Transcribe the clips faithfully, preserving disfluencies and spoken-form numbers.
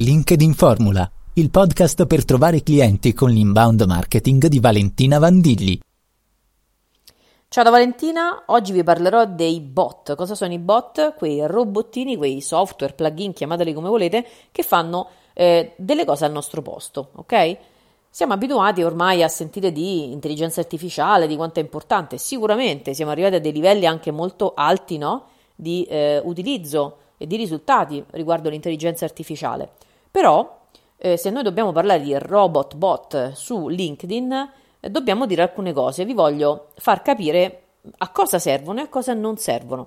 LinkedIn Formula, il podcast per trovare clienti con l'inbound marketing di Valentina Vandilli. Ciao da Valentina, oggi vi parlerò dei bot. Cosa sono i bot? Quei robottini, quei software, plugin, chiamateli come volete, che fanno eh, delle cose al nostro posto, ok? Siamo abituati ormai a sentire di intelligenza artificiale, di quanto è importante. Sicuramente siamo arrivati a dei livelli anche molto alti, no? Di eh, utilizzo e di risultati riguardo l'intelligenza artificiale. Però, eh, se noi dobbiamo parlare di robot bot su LinkedIn, dobbiamo dire alcune cose. Vi voglio far capire a cosa servono e a cosa non servono.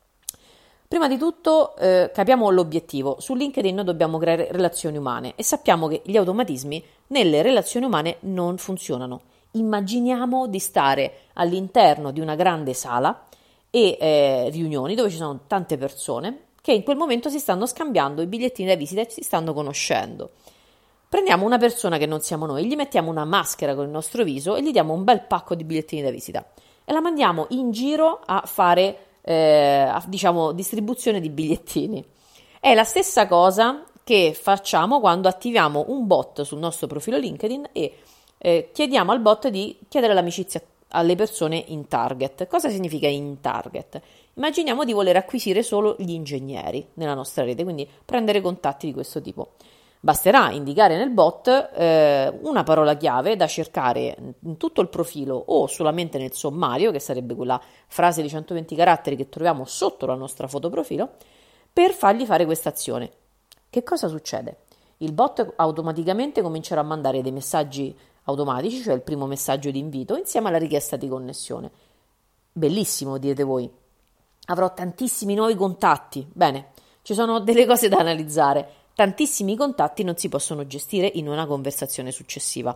Prima di tutto eh, capiamo l'obiettivo. Su LinkedIn noi dobbiamo creare relazioni umane e sappiamo che gli automatismi nelle relazioni umane non funzionano. Immaginiamo di stare all'interno di una grande sala e eh, riunioni dove ci sono tante persone che in quel momento si stanno scambiando i bigliettini da visita e si stanno conoscendo. Prendiamo una persona che non siamo noi, gli mettiamo una maschera con il nostro viso e gli diamo un bel pacco di bigliettini da visita e la mandiamo in giro a fare, eh, a, diciamo, distribuzione di bigliettini. È la stessa cosa che facciamo quando attiviamo un bot sul nostro profilo LinkedIn e eh, chiediamo al bot di chiedere l'amicizia alle persone in target. Cosa significa in target? Immaginiamo di voler acquisire solo gli ingegneri nella nostra rete, quindi prendere contatti di questo tipo. Basterà indicare nel bot eh, una parola chiave da cercare in tutto il profilo o solamente nel sommario, che sarebbe quella frase di centoventi caratteri che troviamo sotto la nostra foto profilo, per fargli fare questa azione. Che cosa succede? Il bot automaticamente comincerà a mandare dei messaggi automatici, cioè il primo messaggio di invito, insieme alla richiesta di connessione. Bellissimo, direte voi. Avrò tantissimi nuovi contatti. Bene, ci sono delle cose da analizzare. Tantissimi contatti non si possono gestire in una conversazione successiva.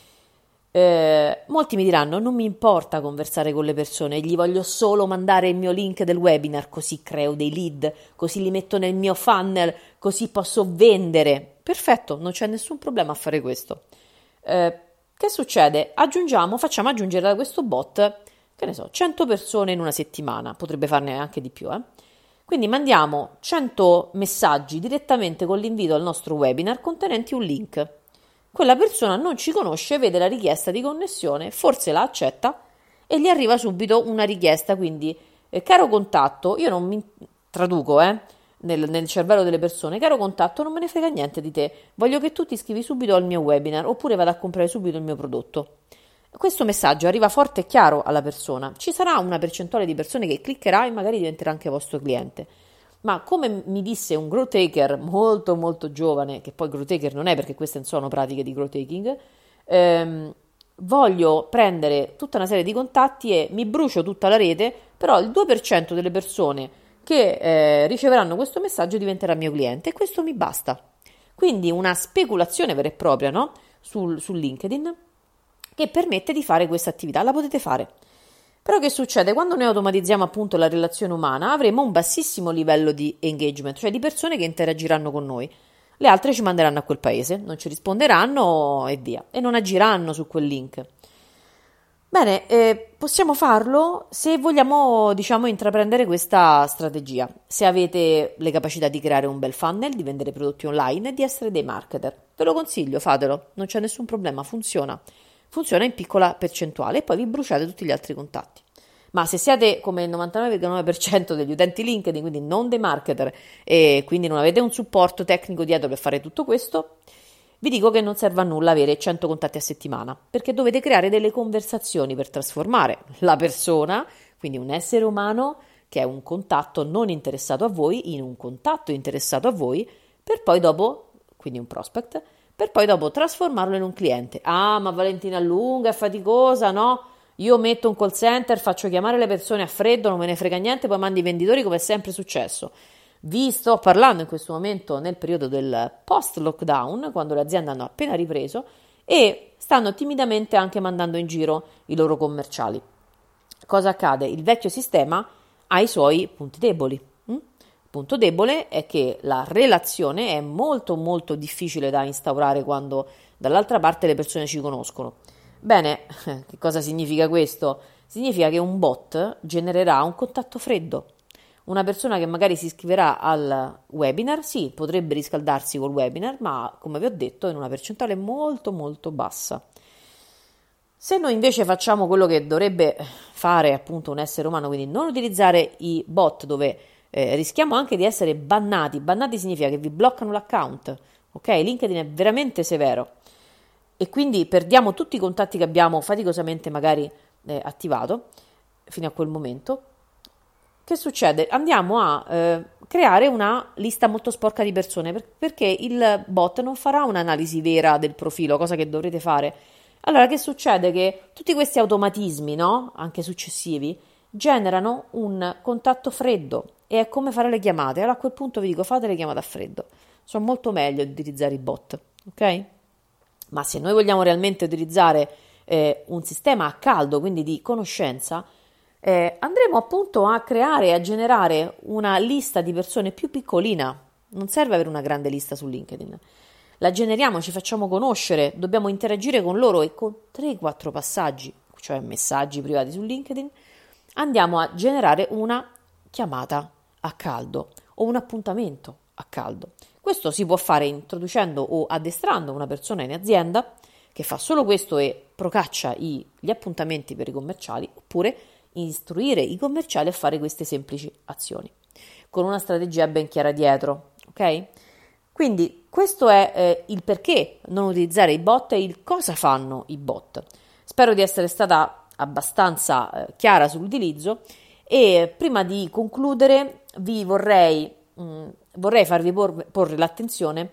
Eh, molti mi diranno: non mi importa conversare con le persone, gli voglio solo mandare il mio link del webinar, così creo dei lead, così li metto nel mio funnel, così posso vendere. Perfetto, non c'è nessun problema a fare questo. Eh, che succede? Aggiungiamo, facciamo aggiungere da questo bot, che ne so, cento persone in una settimana, potrebbe farne anche di più, eh? Quindi mandiamo cento messaggi direttamente con l'invito al nostro webinar contenenti un link. Quella persona non ci conosce, vede la richiesta di connessione, forse la accetta e gli arriva subito una richiesta, quindi eh, caro contatto, io non mi traduco eh, nel, nel cervello delle persone, caro contatto, non me ne frega niente di te, voglio che tu ti iscrivi subito al mio webinar oppure vada a comprare subito il mio prodotto. Questo messaggio arriva forte e chiaro alla persona. Ci sarà una percentuale di persone che cliccherà e magari diventerà anche vostro cliente. Ma come mi disse un growth hacker molto molto giovane, che poi growth hacker non è perché queste non sono pratiche di growth hacking, ehm, voglio prendere tutta una serie di contatti e mi brucio tutta la rete, però il due per cento delle persone che eh, riceveranno questo messaggio diventerà mio cliente e questo mi basta. Quindi una speculazione vera e propria, no? Sul, su LinkedIn, che permette di fare questa attività, la potete fare. Però che succede? Quando noi automatizziamo appunto la relazione umana avremo un bassissimo livello di engagement, cioè di persone che interagiranno con noi. Le altre ci manderanno a quel paese, non ci risponderanno e via, e non agiranno su quel link. Bene, eh, possiamo farlo se vogliamo, diciamo, intraprendere questa strategia. Se avete le capacità di creare un bel funnel, di vendere prodotti online e di essere dei marketer. Ve lo consiglio, fatelo, non c'è nessun problema, funziona. Funziona in piccola percentuale e poi vi bruciate tutti gli altri contatti. Ma se siete come il novantanove virgola nove per cento degli utenti LinkedIn, quindi non dei marketer, e quindi non avete un supporto tecnico dietro per fare tutto questo, vi dico che non serve a nulla avere cento contatti a settimana, perché dovete creare delle conversazioni per trasformare la persona, quindi un essere umano che è un contatto non interessato a voi, in un contatto interessato a voi, per poi dopo, quindi un prospect, per poi dopo trasformarlo in un cliente. Ah, ma Valentina è lunga, è faticosa, no? Io metto un call center, faccio chiamare le persone a freddo, non me ne frega niente, poi mandi i venditori come è sempre successo. Vi sto parlando in questo momento nel periodo del post-lockdown, quando le aziende hanno appena ripreso e stanno timidamente anche mandando in giro i loro commerciali. Cosa accade? Il vecchio sistema ha i suoi punti deboli. Il punto debole è che la relazione è molto molto difficile da instaurare quando dall'altra parte le persone ci conoscono. Bene, che cosa significa questo? Significa che un bot genererà un contatto freddo, Una persona che magari si iscriverà al webinar, sì, potrebbe riscaldarsi col webinar, ma come vi ho detto in una percentuale molto molto bassa. Se noi invece facciamo quello che dovrebbe fare appunto un essere umano, quindi non utilizzare i bot dove eh, rischiamo anche di essere bannati, bannati significa che vi bloccano l'account, ok? LinkedIn è veramente severo e quindi perdiamo tutti i contatti che abbiamo faticosamente magari eh, attivato fino a quel momento. Che succede? Andiamo a eh, creare una lista molto sporca di persone per, perché il bot non farà un'analisi vera del profilo, cosa che dovrete fare. Allora, che succede? Che tutti questi automatismi, no? Anche successivi, generano un contatto freddo e è come fare le chiamate. Allora a quel punto vi dico, fate le chiamate a freddo. Sono molto meglio di utilizzare i bot, ok? Ma se noi vogliamo realmente utilizzare eh, un sistema a caldo, quindi di conoscenza, Eh, andremo appunto a creare e a generare una lista di persone più piccolina. Non serve avere una grande lista su LinkedIn. La generiamo, ci facciamo conoscere, dobbiamo interagire con loro e con tre quattro passaggi, cioè messaggi privati su LinkedIn, andiamo a generare una chiamata a caldo o un appuntamento a caldo. Questo si può fare introducendo o addestrando una persona in azienda che fa solo questo e procaccia i, gli appuntamenti per i commerciali, oppure istruire i commerciali a fare queste semplici azioni con una strategia ben chiara dietro, ok? Quindi questo è eh, il perché non utilizzare i bot e il cosa fanno i bot. Spero di essere stata abbastanza eh, chiara sull'utilizzo e prima di concludere vi vorrei, mh, vorrei farvi por- porre l'attenzione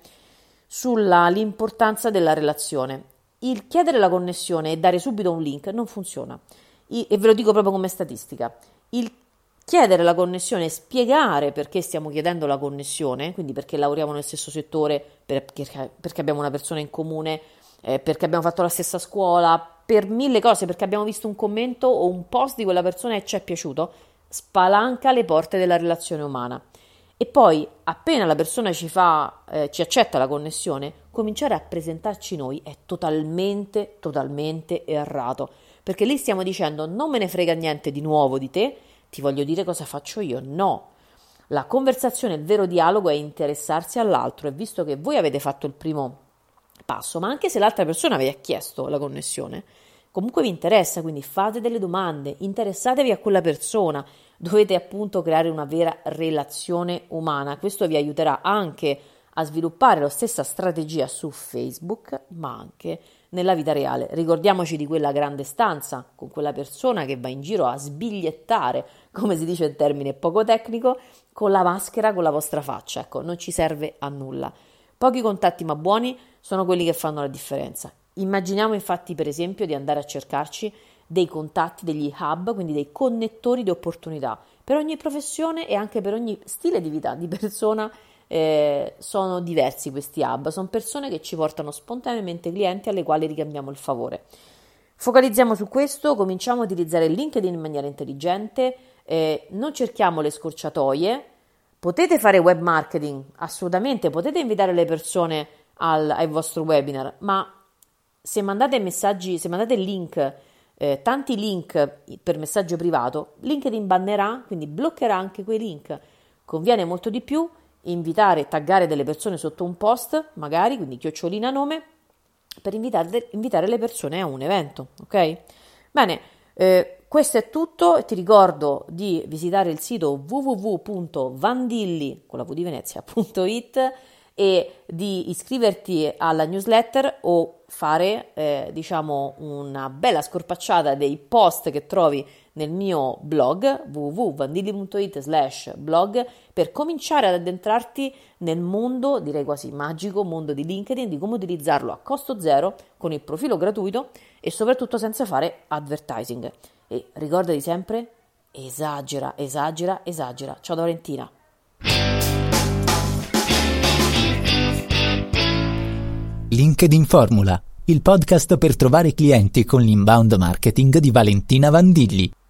sull'importanza della relazione. Il chiedere la connessione e dare subito un link non funziona. E ve lo dico proprio come statistica, il chiedere la connessione e spiegare perché stiamo chiedendo la connessione, quindi perché lavoriamo nel stesso settore, perché, perché abbiamo una persona in comune, eh, perché abbiamo fatto la stessa scuola, per mille cose, perché abbiamo visto un commento o un post di quella persona e ci è piaciuto, spalanca le porte della relazione umana. E poi, appena la persona ci fa, eh, ci accetta la connessione, cominciare a presentarci noi è totalmente, totalmente errato. Perché lì stiamo dicendo non me ne frega niente di nuovo di te, ti voglio dire cosa faccio io. No, la conversazione, il vero dialogo è interessarsi all'altro e visto che voi avete fatto il primo passo, ma anche se l'altra persona vi ha chiesto la connessione, comunque vi interessa, quindi fate delle domande, interessatevi a quella persona, dovete appunto creare una vera relazione umana. Questo vi aiuterà anche a sviluppare la stessa strategia su Facebook, ma anche nella vita reale. Ricordiamoci di quella grande stanza con quella persona che va in giro a sbigliettare, come si dice in termine poco tecnico, con la maschera, con la vostra faccia. Ecco, non ci serve a nulla. Pochi contatti ma buoni sono quelli che fanno la differenza. Immaginiamo infatti per esempio di andare a cercarci dei contatti, degli hub, quindi dei connettori di opportunità per ogni professione e anche per ogni stile di vita di persona. Eh, sono diversi questi hub, sono persone che ci portano spontaneamente clienti alle quali ricambiamo il favore. Focalizziamo su questo, cominciamo a utilizzare LinkedIn in maniera intelligente, eh, non cerchiamo le scorciatoie. Potete fare web marketing, assolutamente, potete invitare le persone al, al vostro webinar, ma se mandate messaggi, se mandate link, eh, tanti link per messaggio privato, LinkedIn bannerà, quindi bloccherà anche quei link. Conviene molto di più invitare e taggare delle persone sotto un post, magari, quindi chiocciolina nome, per invitare, invitare le persone a un evento, ok? Bene, eh, questo è tutto. Ti ricordo di visitare il sito w w w punto vandilli con la v di Venezia punto it e di iscriverti alla newsletter o fare eh, diciamo una bella scorpacciata dei post che trovi nel mio blog w w w punto vandilli punto it slash blog per cominciare ad addentrarti nel mondo, direi quasi magico, mondo di LinkedIn, di come utilizzarlo a costo zero con il profilo gratuito e soprattutto senza fare advertising. E ricordati sempre, esagera, esagera, esagera. Ciao da Valentina. LinkedIn Formula, il podcast per trovare clienti con l'inbound marketing di Valentina Vandilli.